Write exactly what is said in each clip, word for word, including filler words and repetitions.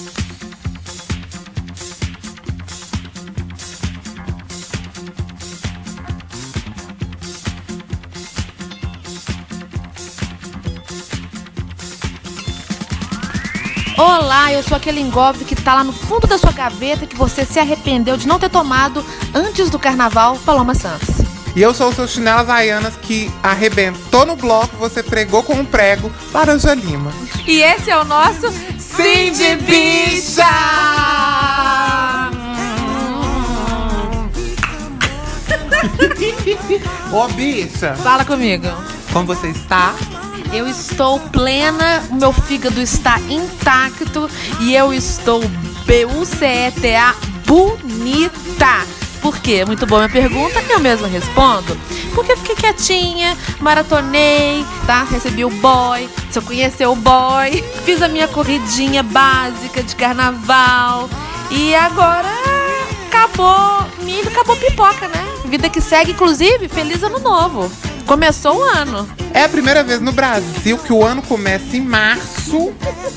Olá, eu sou aquele engove que tá lá no fundo da sua gaveta que você se arrependeu de não ter tomado antes do carnaval, Paloma Santos. E eu sou o seu chinelas havaianas que arrebentou no bloco, você pregou com um prego, Laranja Lima. E esse é o nosso Sim de Bicha! Ô, bicha! Fala comigo. Como você está? Eu estou plena, o meu fígado está intacto e eu estou B U C E T A bonita. Por quê? Muito boa minha pergunta, eu mesma respondo. Porque eu fiquei quietinha, maratonei, tá? Recebi o boy, se eu conhecer o boy, fiz a minha corridinha básica de carnaval e agora acabou milho, acabou pipoca, né? Vida que segue, inclusive, feliz ano novo. Começou o ano. É a primeira vez no Brasil que o ano começa em março.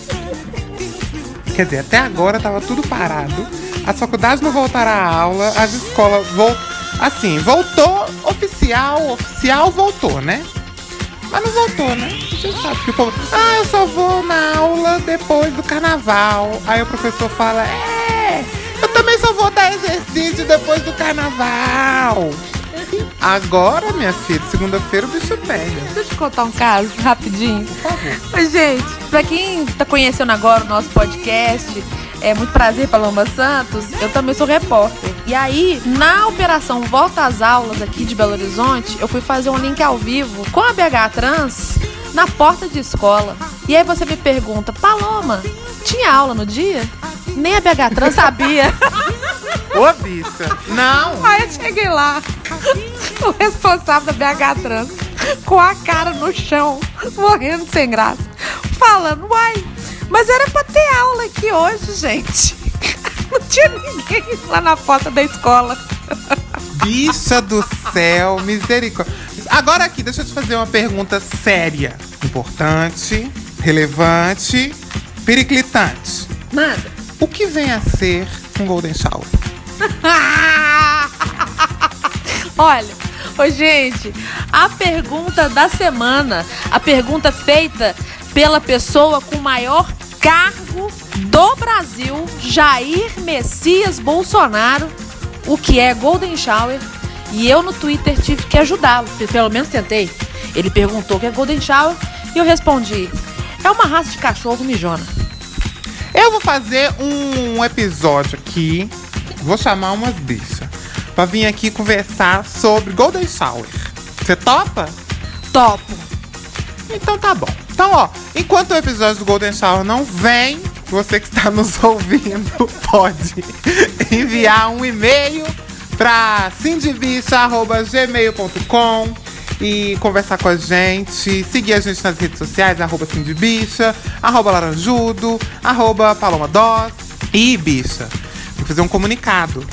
Quer dizer, até agora tava tudo parado. As faculdades não voltaram à aula, as escolas voltaram. Assim, voltou oficial, oficial voltou, né? Mas não voltou, né? Você sabe que o povo. Ah, eu só vou na aula depois do carnaval. Aí o professor fala: É, eu também só vou dar exercício depois do carnaval. Agora, minha filha, segunda-feira o bicho pega. Deixa eu te contar um caso rapidinho. Por favor. Mas, gente, pra quem tá conhecendo agora o nosso podcast, é muito prazer, Paloma Santos. Eu também sou repórter. E aí, na operação Volta às Aulas aqui de Belo Horizonte, eu fui fazer um link ao vivo com a B H Trans na porta de escola. E aí você me pergunta: Paloma, tinha aula no dia? Nem a B H Trans sabia. Ô, bicha, não. Aí eu cheguei lá, o responsável da B H Trans, com a cara no chão, morrendo sem graça, falando: uai, mas era pra ter aula aqui hoje, gente. Não tinha ninguém lá na porta da escola. Bicha do céu, misericórdia. Agora aqui, deixa eu te fazer uma pergunta séria, importante, relevante, periclitante. Manda. O que vem a ser um Golden Shower? Olha, ô gente, a pergunta da semana, a pergunta feita pela pessoa com o maior cargo do Brasil, Jair Messias Bolsonaro, o que é Golden Shower, e eu no Twitter tive que ajudá-lo, pelo menos tentei. Ele perguntou o que é Golden Shower e eu respondi: é uma raça de cachorro mijona. Eu vou fazer um episódio aqui, vou chamar umas bichas pra vir aqui conversar sobre Golden Shower. Você topa? Topo. Então tá bom. Então, ó, enquanto o episódio do Golden Shower não vem, você que está nos ouvindo pode enviar um e-mail pra cindybicha arroba gmail ponto com e conversar com a gente, seguir a gente nas redes sociais, arroba cindybicha, arroba laranjudo, arroba paloma dos. E, bicha, vou fazer um comunicado.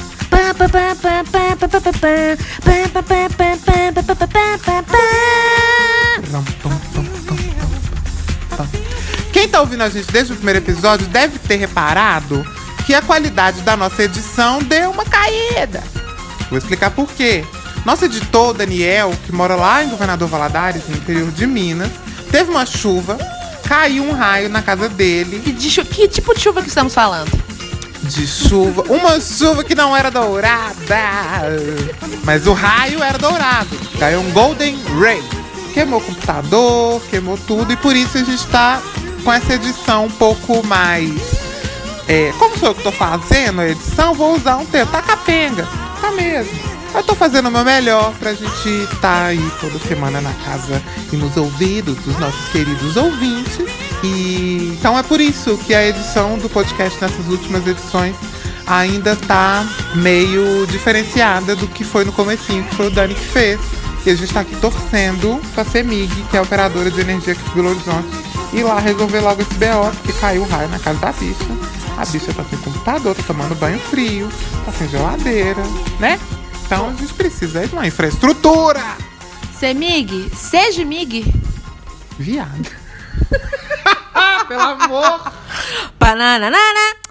Quem tá ouvindo a gente desde o primeiro episódio deve ter reparado que a qualidade da nossa edição deu uma caída. Vou explicar por quê. Nosso editor, Daniel, que mora lá em Governador Valadares, no interior de Minas, teve uma chuva, caiu um raio na casa dele. Que, de, que tipo de chuva que estamos falando? De chuva, uma chuva que não era dourada, mas o raio era dourado. Caiu um Golden Ray. Queimou o computador, queimou tudo, e por isso a gente tá com essa edição um pouco mais... É, como sou eu que tô fazendo a edição, vou usar um termo. Tá capenga, tá mesmo. Eu tô fazendo o meu melhor pra gente estar tá aí toda semana na casa e nos ouvidos dos nossos queridos ouvintes. E então é por isso que a edição do podcast nessas últimas edições ainda tá meio diferenciada do que foi no comecinho, que foi o Dani que fez. E a gente tá aqui torcendo pra ser Mig, que é a operadora de energia aqui de Belo Horizonte, ir lá resolver logo esse B O, porque caiu o raio na casa da bicha. A bicha tá sem computador, tá tomando banho frio, tá sem geladeira, né? Então a gente precisa de uma infraestrutura. Ser Mig, seja Mig. Viado. Pelo amor. Bananana.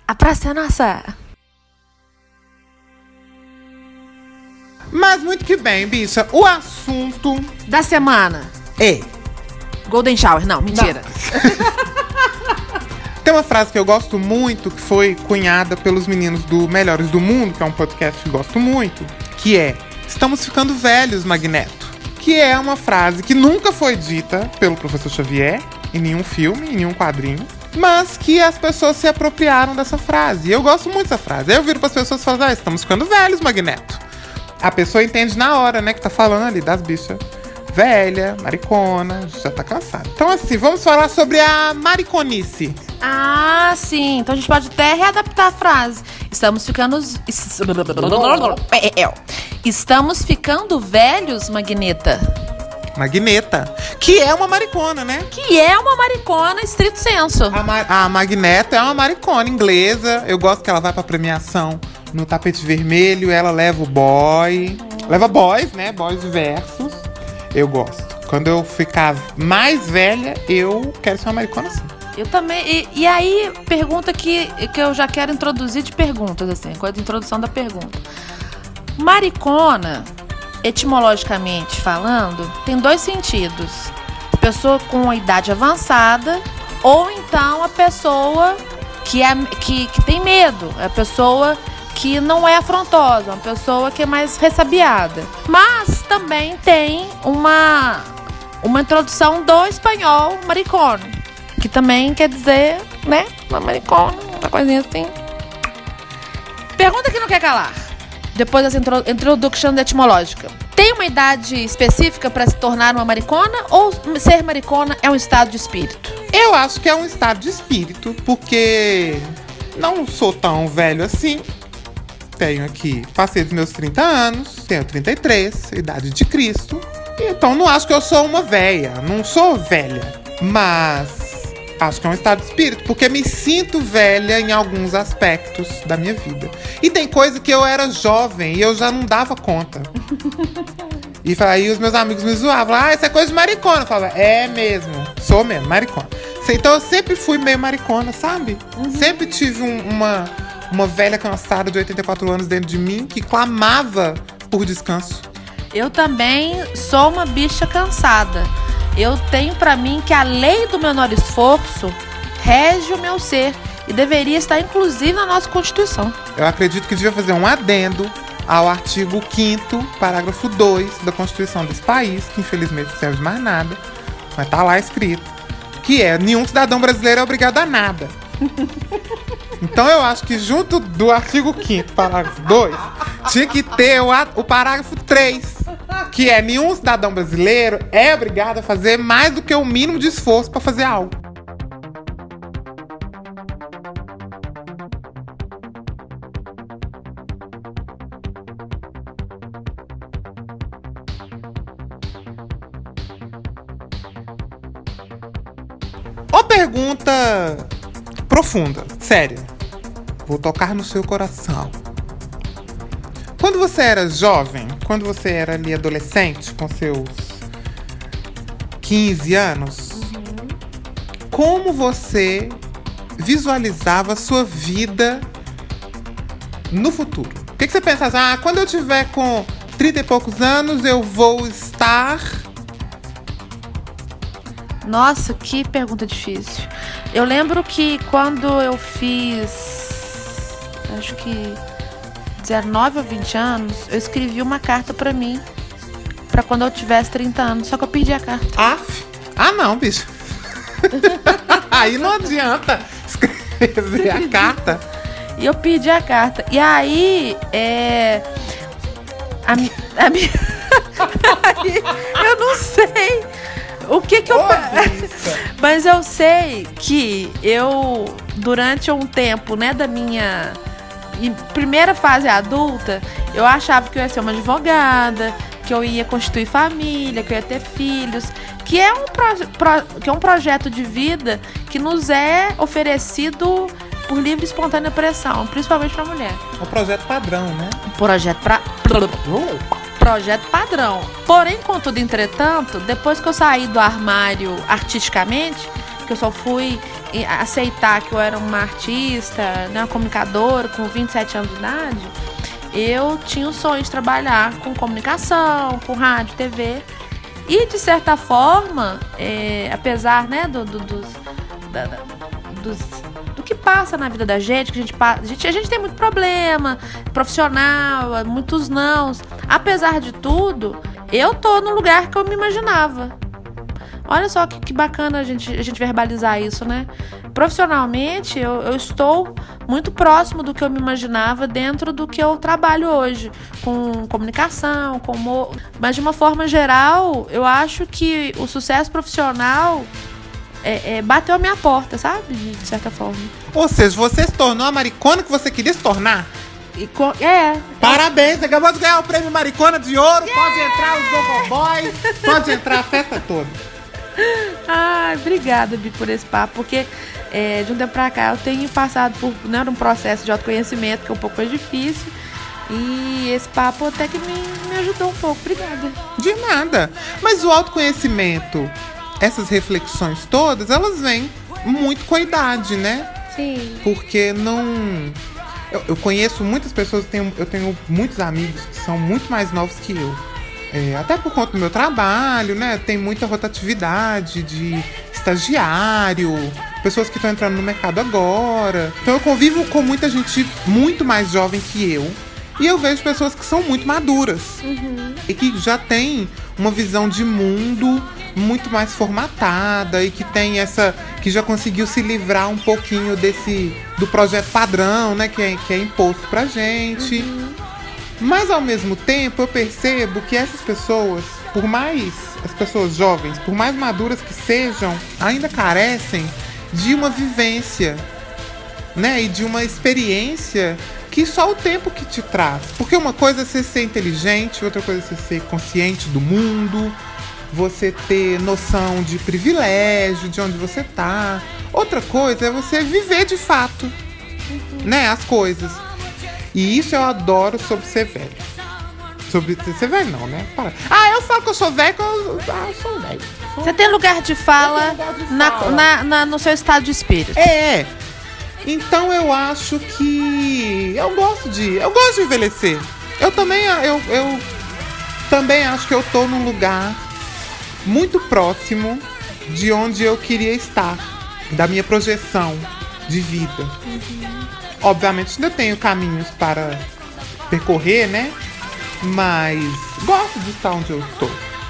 A praça é nossa. Mas muito que bem, bicha. O assunto Da semana. é... Golden Shower. Não, mentira. Tem uma frase que eu gosto muito, que foi cunhada pelos meninos do Melhores do Mundo, que é um podcast que eu gosto muito, que é: estamos ficando velhos, Magneto. Que é uma frase que nunca foi dita pelo professor Xavier, em nenhum filme, em nenhum quadrinho, mas que as pessoas se apropriaram dessa frase. E eu gosto muito dessa frase. Aí eu viro pras pessoas e falo: ah, estamos ficando velhos, Magneto. A pessoa entende na hora, né, que tá falando ali das bichas velha, maricona, já tá cansada. Então assim, vamos falar sobre a mariconice. Ah, sim. Então a gente pode até readaptar a frase. Estamos ficando... Estamos ficando velhos, Magneta. Magneta, que é uma maricona, né? Que é uma maricona estrito senso. A, Ma- a Magneta é uma maricona inglesa. Eu gosto que ela vai pra premiação no tapete vermelho. Ela leva o boy. Leva boys, né? Boys diversos. Eu gosto. Quando eu ficar mais velha, eu quero ser uma maricona assim. Eu também. E, e aí, pergunta que, que eu já quero introduzir de perguntas, assim, coisa de introdução da pergunta. Maricona, etimologicamente falando, tem dois sentidos. A pessoa com a idade avançada, ou então a pessoa que, é, que, que tem medo. A pessoa que não é afrontosa, uma pessoa que é mais ressabiada. Mas também tem uma, uma introdução do espanhol maricona, que também quer dizer, né, uma maricona, uma coisinha assim. Pergunta que não quer calar. Depois dessa intro, introdução etimológica. Tem uma idade específica para se tornar uma maricona, ou ser maricona é um estado de espírito? Eu acho que é um estado de espírito, porque não sou tão velho assim. Tenho aqui, passei dos meus trinta anos, tenho trinta e três, idade de Cristo. Então não acho que eu sou uma véia, não sou velha. Mas acho que é um estado de espírito, porque me sinto velha em alguns aspectos da minha vida. E tem coisa que eu era jovem e eu já não dava conta. E aí os meus amigos me zoavam: ah, isso é coisa de maricona. Eu falava: é mesmo, sou mesmo, maricona. Então eu sempre fui meio maricona, sabe? Uhum. Sempre tive um, uma... Uma velha cansada de oitenta e quatro anos dentro de mim que clamava por descanso. Eu também sou uma bicha cansada. Eu tenho pra mim que a lei do menor esforço rege o meu ser e deveria estar inclusive na nossa Constituição. Eu acredito que devia fazer um adendo ao artigo quinto, parágrafo dois da Constituição desse país, que infelizmente não serve de mais nada, mas tá lá escrito, que é: nenhum cidadão brasileiro é obrigado a nada. Então eu acho que junto do artigo quinto, parágrafo dois, tinha que ter o, o parágrafo três, que é: nenhum cidadão brasileiro é obrigado a fazer mais do que o mínimo de esforço para fazer algo. Uma pergunta profunda, séria. Vou tocar no seu coração. Quando você era jovem, quando você era ali adolescente, com seus quinze anos, uhum, como você visualizava a sua vida no futuro? O que, que você pensava? Ah, quando eu tiver com trinta e poucos anos, eu vou estar... Nossa, que pergunta difícil. Eu lembro que quando eu fiz, acho que dezenove ou vinte anos, eu escrevi uma carta pra mim, pra quando eu tivesse trinta anos, só que eu perdi a carta. Aff. Ah, não, bicho. Aí não adianta escrever a carta. E eu perdi a carta. E aí, é... A, mi... a minha... aí, eu não sei... O que que eu... Oh, mas eu sei que eu, durante um tempo, né, da minha primeira fase adulta, eu achava que eu ia ser uma advogada, que eu ia constituir família, que eu ia ter filhos, que é um, pro, pro, que é um projeto de vida que nos é oferecido por livre e espontânea pressão, principalmente pra mulher. Um projeto padrão, né? Um projeto pra... Uh. Projeto padrão. Porém, contudo, entretanto, depois que eu saí do armário artisticamente, que eu só fui aceitar que eu era uma artista, né, uma comunicadora com vinte e sete anos de idade, eu tinha o sonho de trabalhar com comunicação, com rádio, T V. E, de certa forma, é, apesar, né, do, do, dos, da, da, dos, do que passa na vida da gente, que a gente, a gente, a gente tem muito problema profissional, muitos nãos. Apesar de tudo, eu tô no lugar que eu me imaginava. Olha só que, que bacana a gente, a gente verbalizar isso, né? Profissionalmente, eu, eu estou muito próximo do que eu me imaginava dentro do que eu trabalho hoje, com comunicação, com humor. Mas, de uma forma geral, eu acho que o sucesso profissional é, é, bateu a minha porta, sabe? De certa forma. Ou seja, você se tornou a maricona que você queria se tornar? E, é. Parabéns, você acabou de ganhar o prêmio Maricona de Ouro. Yeah! Pode entrar os Gogoboys, pode entrar a festa toda. Ai, obrigada, Bi, por esse papo, porque é, de um tempo pra cá eu tenho passado por, né, um processo de autoconhecimento que é um pouco mais difícil, e esse papo até que me, me ajudou um pouco. Obrigada. De nada. Mas o autoconhecimento, essas reflexões todas, elas vêm muito com a idade, né? Sim. Porque não... Eu, eu conheço muitas pessoas, eu tenho, eu tenho muitos amigos que são muito mais novos que eu. É, até por conta do meu trabalho, né? Tem muita rotatividade de estagiário, pessoas que estão entrando no mercado agora. Então eu convivo com muita gente muito mais jovem que eu. E eu vejo pessoas que são muito maduras. Uhum. E que já têm uma visão de mundo muito mais formatada. E que tem essa... que já conseguiu se livrar um pouquinho desse... do projeto padrão, né? Que é, que é imposto pra gente. Uhum. Mas, ao mesmo tempo, eu percebo que essas pessoas, por mais, as pessoas jovens, por mais maduras que sejam, ainda carecem de uma vivência, né? E de uma experiência que só o tempo que te traz. Porque uma coisa é você ser inteligente, outra coisa é você ser consciente do mundo, você ter noção de privilégio, de onde você tá. Outra coisa é você viver de fato, uhum. né? As coisas. E isso eu adoro sobre ser velho. Sobre ser velho não, né? Para. Ah, eu falo que eu sou velho, que eu, ah, eu sou velho. Você tem lugar de fala, lugar de na, fala. Na, na, no seu estado de espírito. É. Então eu acho que eu gosto de. Eu gosto de envelhecer. Eu também, eu, eu também acho que eu tô num lugar muito próximo de onde eu queria estar. Da minha projeção de vida. Uhum. Obviamente ainda tenho caminhos para percorrer, né? Mas gosto de estar onde eu estou.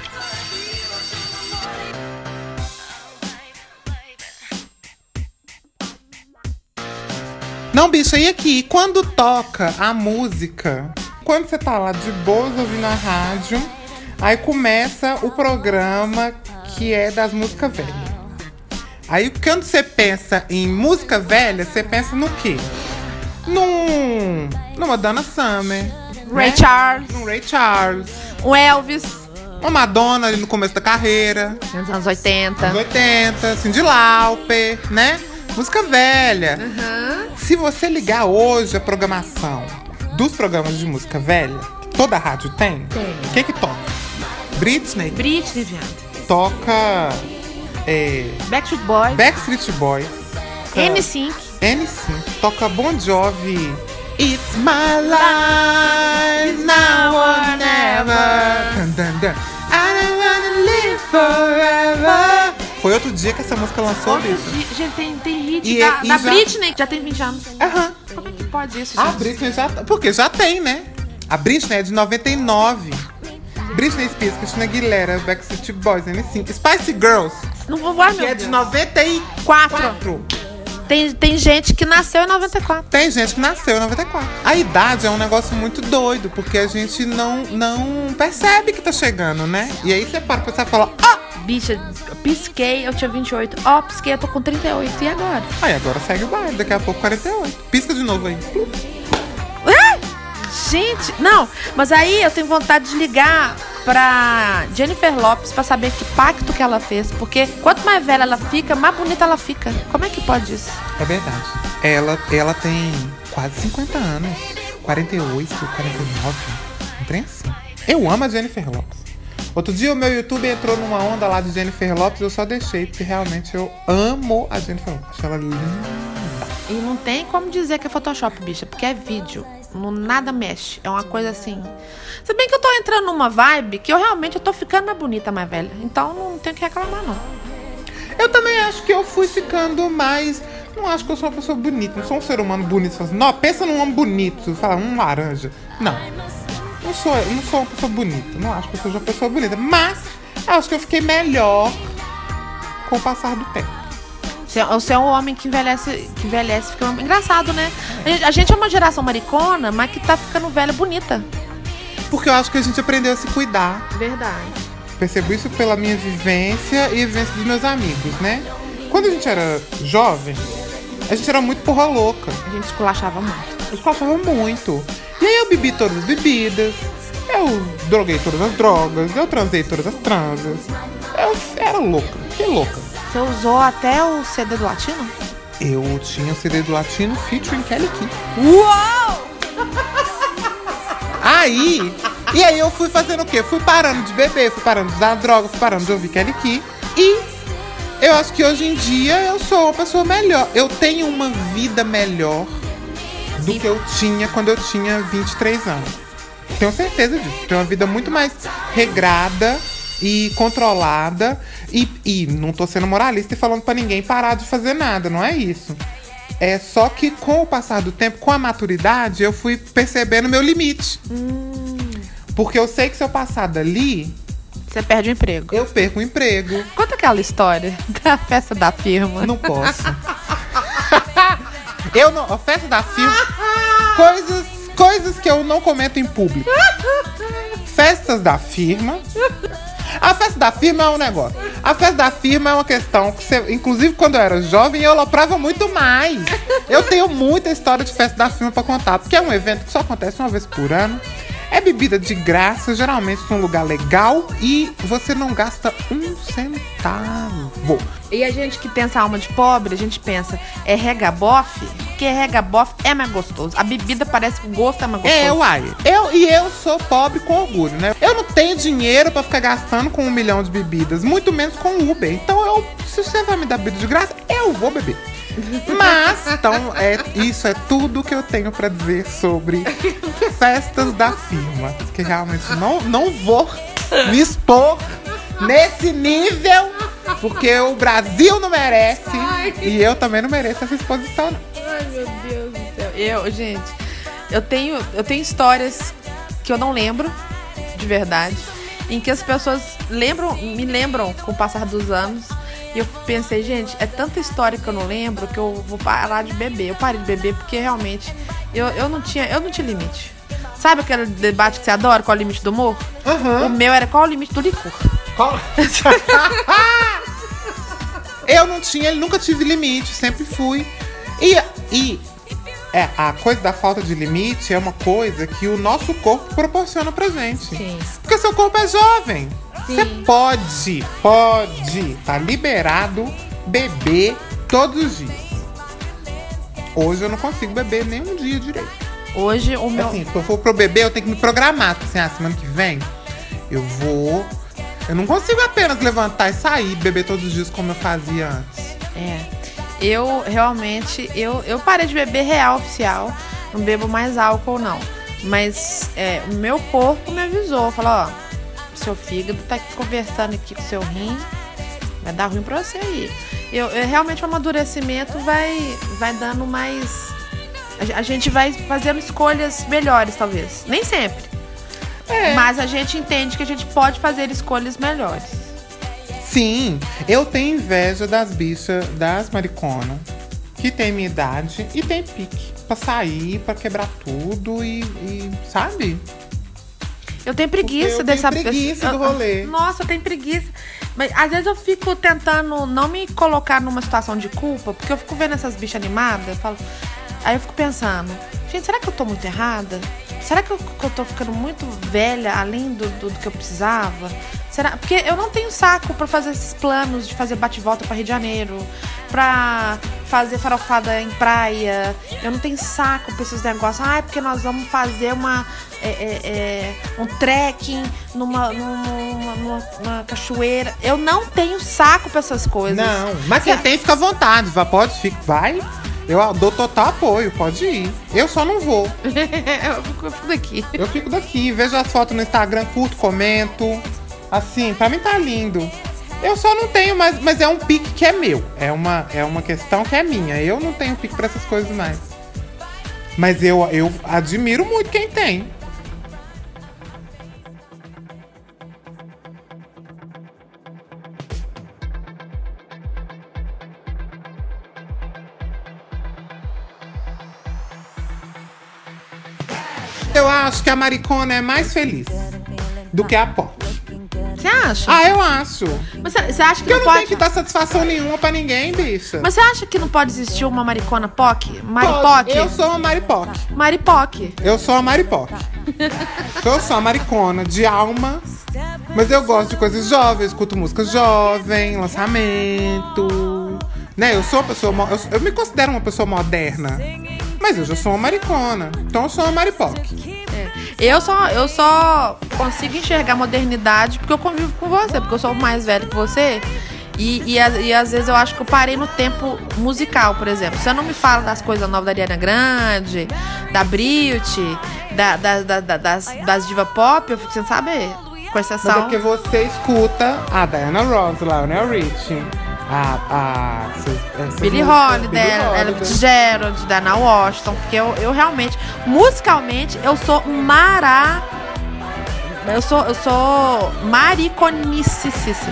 Não, bicho, e aqui, quando toca a música, quando você tá lá de boas ouvindo a rádio, aí começa o programa que é das músicas velhas. Aí quando você pensa em música velha, você pensa no quê? Num, numa Donna Summer, Ray né? Charles, Num Ray Charles, o Elvis, uma Madonna ali no começo da carreira, nos anos oitenta, anos oitenta, Cyndi Lauper, né? Música velha. Uhum. Se você ligar hoje a programação dos programas de música velha, toda a rádio tem. Tem. O que que toca? Britney. Britney, viado. Toca é, Backstreet Boys. Backstreet Boys. N Sync. N Sync. Toca Bon Jovi. It's my life, now or never. Dun, dun, dun. I don't wanna live forever. Foi outro dia que essa música lançou, Outro bicho. dia, gente, tem, tem hit E- da, e da já- Britney, que já tem vinte anos. Aham. Como é que pode isso, A gente? Britney já... Porque já tem, né? A Britney é de noventa e nove. Britney Spears, Christina Aguilera, Backstreet Boys, N Sync. Spice Girls, Não vou voar, que meu é de Deus. noventa e Quatro. quatro. Tem, tem gente que nasceu em noventa e quatro. Tem gente que nasceu em noventa e quatro. A idade é um negócio muito doido, porque a gente não, não percebe que tá chegando, né? E aí você para pra pensar e fala, ah! Bicha, pisquei, eu tinha vinte e oito. Ó, pisquei, eu tô com trinta e oito. E agora? Aí agora segue o baile, daqui a pouco quarenta e oito. Pisca de novo aí. Ah! Gente, não, mas aí eu tenho vontade de ligar pra Jennifer Lopez pra saber que pacto que ela fez. Porque quanto mais velha ela fica, mais bonita ela fica. Como é que pode isso? É verdade. Ela, ela tem quase cinquenta anos. quarenta e oito, quarenta e nove. Um trem assim. Eu amo a Jennifer Lopez. Outro dia o meu YouTube entrou numa onda lá de Jennifer Lopez, eu só deixei, porque realmente eu amo a Jennifer Lopez. Acho ela linda. E não tem como dizer que é Photoshop, bicha, porque é vídeo. Não, nada mexe. É uma coisa assim. Se bem que eu tô entrando numa vibe que eu realmente eu tô ficando mais bonita, mais velha. Então não tenho que reclamar, não. Eu também acho que eu fui ficando mais... Não acho que eu sou uma pessoa bonita. Não sou um ser humano bonito. Você fala assim, não, pensa num homem bonito. Você fala, um laranja. Não. Não sou, não sou uma pessoa bonita. Não acho que eu seja uma pessoa bonita. Mas eu acho que eu fiquei melhor com o passar do tempo. Você é um homem que envelhece, que envelhece, fica engraçado, né? A gente, a gente é uma geração maricona, mas que tá ficando velha bonita. Porque eu acho que a gente aprendeu a se cuidar. Verdade. Percebo isso pela minha vivência e a vivência dos meus amigos, né? Quando a gente era jovem, a gente era muito porra louca. A gente esculachava muito. Eu esculachava muito. E aí eu bebi todas as bebidas, eu droguei todas as drogas, eu transei todas as transas. Eu era louca, fiquei louca. Você usou até o C D do Latino? Eu tinha o C D do Latino featuring Kelly Key. Uau! Aí, e aí eu fui fazendo o quê? Fui parando de beber, fui parando de usar droga, fui parando de ouvir Kelly Key. E eu acho que hoje em dia eu sou uma pessoa melhor. Eu tenho uma vida melhor do que eu tinha quando eu tinha vinte e três anos. Tenho certeza disso. Tenho uma vida muito mais regrada e controlada. E, e não tô sendo moralista e falando pra ninguém parar de fazer nada, não é isso. É só que com o passar do tempo, com a maturidade, eu fui percebendo meu limite. Hum. Porque eu sei que se eu passar dali... Você perde o emprego. Eu perco o emprego. Conta aquela história da festa da firma. Não posso. Eu não... A festa da firma... Coisas, coisas que eu não comento em público. Festas da firma... A festa da firma é um negócio. A festa da firma é uma questão que você, inclusive quando eu era jovem, eu aloprava muito mais. Eu tenho muita história de festa da firma pra contar, porque é um evento que só acontece uma vez por ano. É bebida de graça, geralmente num lugar legal, e você não gasta um centavo. E a gente que pensa alma de pobre, a gente pensa, é regabofe? Porque regabofe é mais gostoso. A bebida parece que o gosto é mais gostoso. É, uai. Eu, e eu sou pobre com orgulho, né? Eu não tenho dinheiro pra ficar gastando com um milhão de bebidas, muito menos com Uber. Então, eu, se você vai me dar bebida de graça, eu vou beber. Mas, então, é, isso é tudo que eu tenho pra dizer sobre festas da firma. Que realmente não, não vou me expor nesse nível, porque o Brasil não merece. Ai. E eu também não mereço essa exposição, não. Ai, meu Deus do céu. Eu, gente, eu tenho, eu tenho histórias que eu não lembro, de verdade, em que as pessoas lembram, me lembram com o passar dos anos. E eu pensei, gente, é tanta história que eu não lembro que eu vou parar de beber. Eu parei de beber porque realmente eu, eu, não, tinha, eu não tinha limite. Sabe aquele debate que você adora? Qual é o limite do humor? Uhum. O meu era qual é o limite do licor. Qual? Eu não tinha, nunca tive limite, sempre fui. E, e é, a coisa da falta de limite é uma coisa que o nosso corpo proporciona pra gente. Sim. Porque seu corpo é jovem. Sim. Você pode, pode, tá liberado beber todos os dias. Hoje eu não consigo beber nem um dia direito. Hoje o meu... Assim, se eu for pro beber, eu tenho que me programar. Tipo assim, a semana que vem, eu vou... Eu não consigo apenas levantar e sair e beber todos os dias como eu fazia antes. É, eu realmente, eu, eu parei de beber real, oficial. Não bebo mais álcool, não. Mas é, o meu corpo me avisou. Falou, ó... Seu fígado tá aqui conversando aqui com o seu rim, vai dar ruim pra você aí. Eu, eu, realmente o amadurecimento vai, vai dando mais... A, a gente vai fazendo escolhas melhores, talvez. Nem sempre. É. Mas a gente entende que a gente pode fazer escolhas melhores. Sim, eu tenho inveja das bichas, das mariconas, que tem minha idade e tem pique pra sair, pra quebrar tudo e, e sabe? Eu tenho preguiça eu dessa... tenho preguiça do rolê. Nossa, eu tenho preguiça. Mas às vezes eu fico tentando não me colocar numa situação de culpa, porque eu fico vendo essas bichas animadas, eu falo... Aí eu fico pensando, gente, será que eu tô muito errada? Será que eu, que eu tô ficando muito velha, além do, do, do que eu precisava? Será? Porque eu não tenho saco pra fazer esses planos de fazer bate-volta pra Rio de Janeiro. pra fazer farofada em praia. Eu não tenho saco pra esses negócios. Ah, é porque nós vamos fazer uma, é, é, é, um trekking numa, numa, numa, numa cachoeira. Eu não tenho saco pra essas coisas. Não, mas quem tem, fica à vontade. Vai, pode, fica, vai. Eu dou total apoio, pode ir. Eu só não vou. eu, fico, eu fico daqui. Eu fico daqui, vejo as fotos no Instagram, curto, comento. Assim, pra mim tá lindo. Eu só não tenho, mas, mas é um pique que é meu. É uma, é uma questão que é minha. Eu não tenho pique pra essas coisas mais. Mas eu, eu admiro muito quem tem. Eu acho que a maricona é mais feliz do que a pop. Você acha? Ah, eu acho. Mas você acha que Porque não eu não pode... tenho que dar satisfação nenhuma pra ninguém, bicha. Mas você acha que não pode existir uma maricona poc? Maripoc? Pode. Eu sou uma maripoc. Maripoc. Eu sou uma maripoc. Então eu sou uma maricona de alma. Mas eu gosto de coisas jovens. Eu escuto música jovem, lançamento. Né? Eu sou uma pessoa... mo- Eu, eu me considero uma pessoa moderna. Mas eu já sou uma maricona. Então eu sou uma maripoc. É. Eu só, eu só consigo enxergar modernidade porque eu convivo com você, porque eu sou mais velho que você. E, e, e às vezes eu acho que eu parei no tempo musical, por exemplo. Você não me fala das coisas novas da Ariana Grande, da Britney, da, da, da, da, das, das diva pop, eu fico sem saber. Com exceção. Mas é porque você escuta a Diana Ross, Lionel Richie, a, a essas, essas Billie músicas, Holiday, Ella Holiday. Fitzgerald, Dana Washington, porque eu, eu realmente, musicalmente, eu sou mara... Eu sou, eu sou mariconicíssima.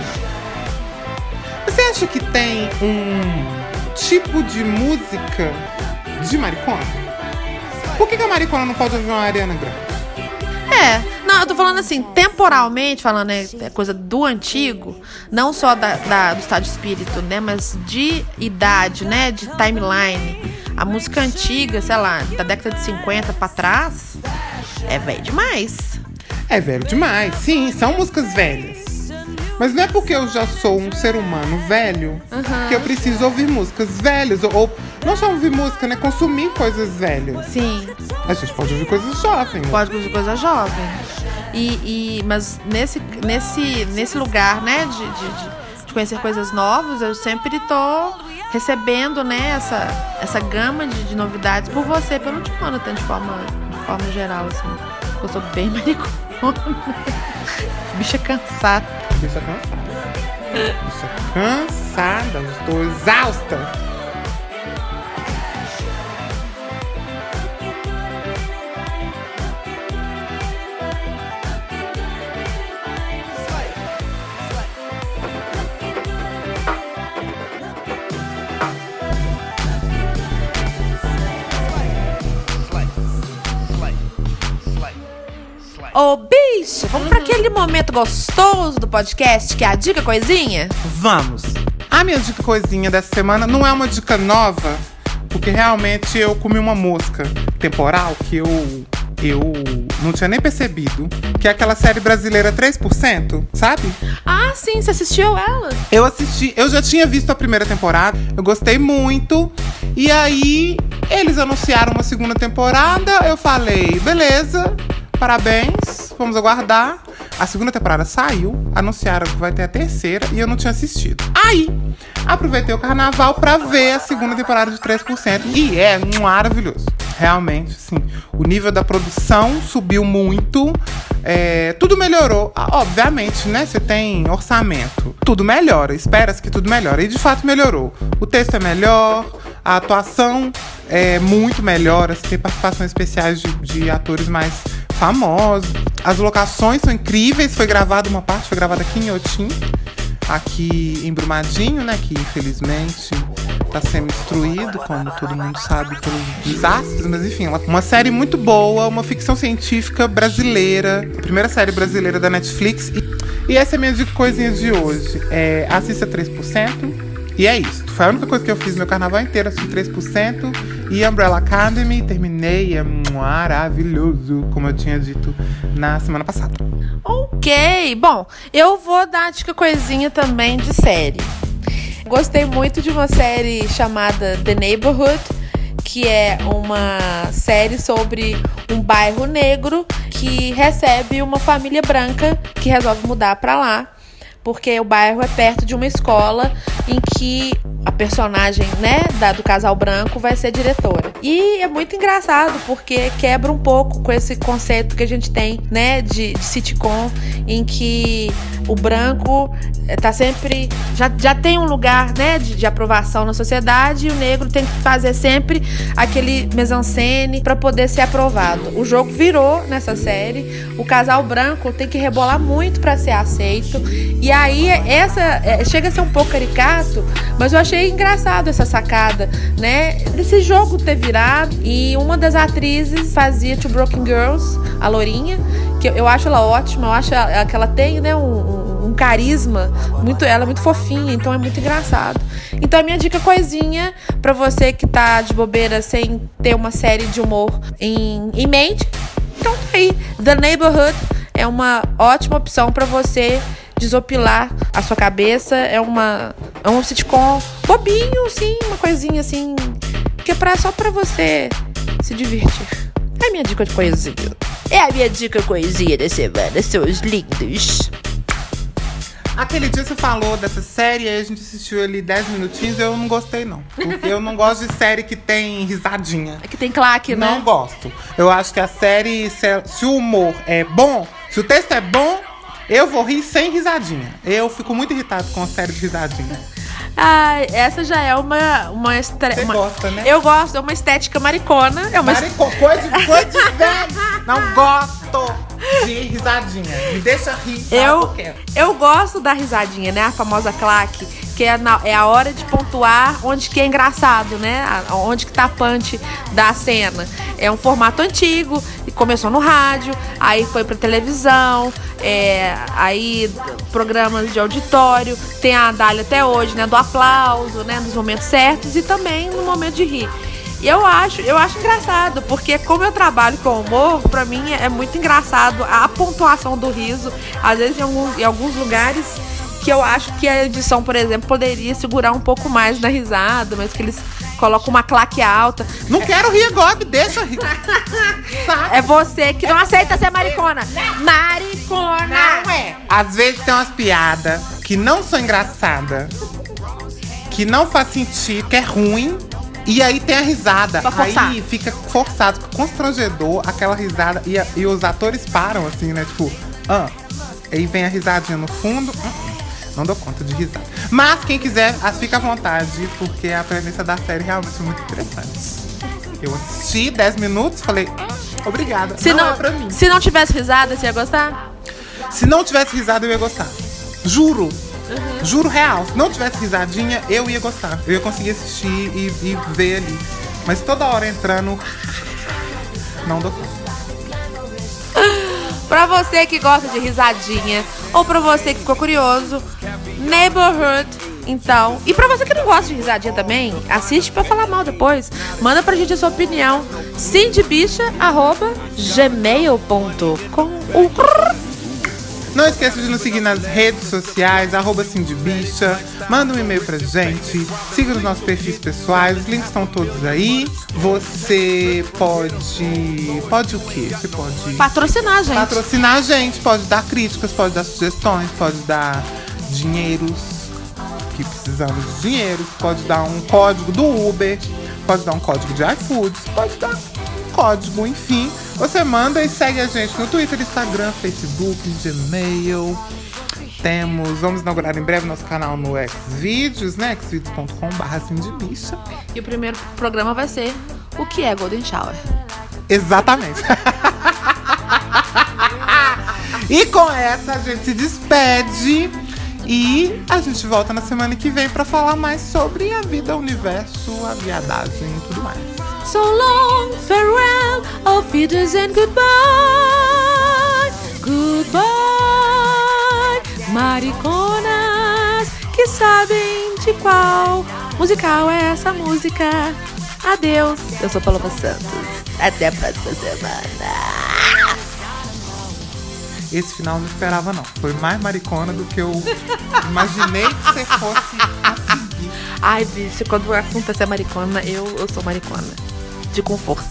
Você acha que tem um tipo de música de maricona? Por que, que a maricona não pode ouvir uma Ariana Grande? É, não, eu tô falando assim, temporalmente, falando é, é coisa do antigo, não só da, da- do estado de espírito, né, mas de idade, né, de timeline. A música antiga, sei lá, da década de cinquenta pra trás, é velho demais. É velho demais. Sim, são músicas velhas. Mas não é porque eu já sou um ser humano velho Uhum. que eu preciso ouvir músicas velhas. Ou, ou não só ouvir música, né? Consumir coisas velhas. Sim, A gente pode ouvir coisas jovens. pode ser coisa jovem. E, e, mas nesse, nesse, nesse lugar, né, de, de, de- de conhecer coisas novas, eu sempre tô recebendo, né, essa, essa gama de, de novidades por você, pelo Jonathan, de forma, de forma geral, assim. Porque eu sou bem maricona. Bicha cansada. Bicha cansada. Bicha cansada. Eu estou exausta. Ô, bicho, vamos pra aquele momento gostoso do podcast, que é a dica coisinha? Vamos! A minha dica coisinha dessa semana não é uma dica nova, porque realmente eu comi uma mosca temporal que eu, eu não tinha nem percebido, que é aquela série brasileira três por cento, sabe? Ah, sim, você assistiu ela? Eu assisti, eu já tinha visto a primeira temporada, eu gostei muito, e aí eles anunciaram uma segunda temporada, eu falei, beleza, parabéns, vamos aguardar. A segunda temporada saiu, anunciaram que vai ter a terceira e eu não tinha assistido. Aí, aproveitei o carnaval pra ver a segunda temporada de três por cento e é maravilhoso. Realmente, assim, o nível da produção subiu muito, é, tudo melhorou. Ah, obviamente, né? Você tem orçamento, tudo melhora, espera-se que tudo melhora. E de fato melhorou. O texto é melhor, a atuação é muito melhor, assim, tem participações especiais de, de atores mais famosos. As locações são incríveis. Foi gravada, uma parte foi gravada aqui em Inhotim, aqui em Brumadinho, né? Que infelizmente tá sendo destruído, como todo mundo sabe, pelos desastres. Mas enfim, uma série muito boa, uma ficção científica brasileira, a primeira série brasileira da Netflix. E, e essa é a minha dica coisinha de hoje. É, assista três por cento. E é isso. Foi a única coisa que eu fiz no meu carnaval inteiro, assisti três por cento e Umbrella Academy, terminei, é maravilhoso, como eu tinha dito na semana passada. Ok, bom, eu vou dar a dica coisinha também de série. Gostei muito de uma série chamada The Neighborhood, que é uma série sobre um bairro negro que recebe uma família branca que resolve mudar pra lá, porque o bairro é perto de uma escola em que a personagem, né, da, do casal branco vai ser diretora. E é muito engraçado, porque quebra um pouco com esse conceito que a gente tem, né, de, de sitcom, em que o branco tá sempre... Já, já tem um lugar, né, de, de aprovação na sociedade, e o negro tem que fazer sempre aquele mise-en-scène pra poder ser aprovado. O jogo virou nessa série. O casal branco tem que rebolar muito pra ser aceito. E aí, essa é, chega a ser um pouco caricato, mas eu achei engraçado essa sacada, né? Desse jogo ter virado. E uma das atrizes fazia Two Broken Girls, a Lourinha, que eu acho ela ótima, eu acho que ela tem, né, um, um, um carisma, muito, ela é muito fofinha, então é muito engraçado. Então a minha dica coisinha pra você que tá de bobeira sem ter uma série de humor em, em mente, então tá aí, The Neighborhood é uma ótima opção pra você desopilar a sua cabeça. É uma é um sitcom bobinho, sim, uma coisinha assim, que é pra, só pra você se divertir. É a minha dica de coisinha. É a minha dica coisinha da semana, seus lindos. Aquele dia você falou dessa série, aí a gente assistiu ali dez minutinhos e eu não gostei, não. Porque eu não gosto de série que tem risadinha. É que tem claque, né? Não gosto. Eu acho que a série, se, se o humor é bom, se o texto é bom, eu vou rir sem risadinha. Eu fico muito irritado com a série de risadinha. Ah, essa já é uma... uma estre... Você uma... gosta, né? Eu gosto, é uma estética maricona. É uma Maricona, coisa, coisa de velho. Não gosto de risadinha. Me deixa rir, sabe? Eu, eu gosto da risadinha, né? A famosa claque, que é, na, é a hora de pontuar onde que é engraçado, né? Onde que tá a punch da cena. É um formato antigo, começou no rádio, aí foi pra televisão, é, aí programas de auditório, tem a Dália até hoje, né? Do aplauso, né? Nos momentos certos e também no momento de rir. E eu acho, eu acho engraçado, porque como eu trabalho com humor, pra mim é muito engraçado a pontuação do riso. Às vezes em alguns, em alguns lugares que eu acho que a edição, por exemplo, poderia segurar um pouco mais na risada, mas que eles colocam uma claque alta. Não quero rir agora, me deixa rir. É você que não aceita ser maricona. Maricona! Não é. Às vezes tem umas piadas que não são engraçadas, que não faz sentido, que é ruim. E aí tem a risada, aí fica forçado, fica constrangedor aquela risada. E, a, e os atores param assim, né? Tipo, ah, aí vem a risadinha no fundo. Uh, não dou conta de risada. Mas quem quiser, fica à vontade, porque a premissa da série realmente é muito interessante. Eu assisti dez minutos, falei, ah, obrigada. Se não, não é pra mim. Se não tivesse risada, você ia gostar? Se não tivesse risada, eu ia gostar. Juro. Uhum. Juro real, se não tivesse risadinha, eu ia gostar. Eu ia conseguir assistir e, e ver ali. Mas toda hora entrando, não dou conta. Pra você que gosta de risadinha, ou pra você que ficou curioso, Neighborhood, então. E pra você que não gosta de risadinha também, assiste pra falar mal depois. Manda pra gente a sua opinião. cindybicha arroba gmail ponto com. Não esqueça de nos seguir nas redes sociais, arroba cindybicha. Manda um e-mail pra gente. Siga os nossos perfis pessoais. Os links estão todos aí. Você pode... Pode o quê? Você pode... Patrocinar a gente. Patrocinar a gente. Pode dar críticas, pode dar sugestões, pode dar dinheiros, que precisamos de dinheiro. Pode dar um código do Uber. Pode dar um código de iFood. Pode dar um código, enfim. Você manda e segue a gente no Twitter, Instagram, Facebook, Gmail. Temos, vamos inaugurar em breve nosso canal no Xvideos, né? xvideos ponto com barra cindybicha. E o primeiro programa vai ser o que é Golden Shower. Exatamente. E com essa a gente se despede. E a gente volta na semana que vem pra falar mais sobre a vida, o universo, a viadagem e tudo mais. So long, farewell, auf Wiedersehen, goodbye, goodbye, mariconas que sabem de qual musical é essa música. Adeus, eu sou Paloma Santos, até a próxima semana. Esse final eu não esperava não, foi mais maricona do que eu imaginei que você fosse conseguir. Ai, bicho, quando o assunto é ser maricona, eu, eu sou maricona. De com força.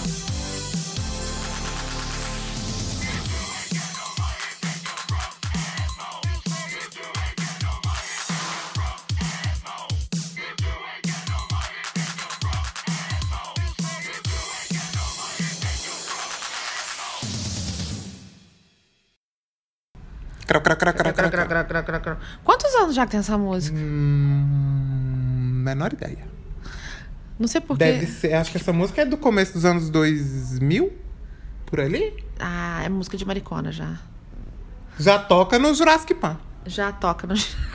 Crau, crau, crau, crau, crau, crau. Cra, cra, cra, cra. Quantos anos já que tem essa música? Hum, menor ideia. Não sei porquê. Deve ser, acho que essa música é do começo dos anos dois mil, por ali. Ah, é música de maricona já. Já toca no Jurassic Park. Já toca no...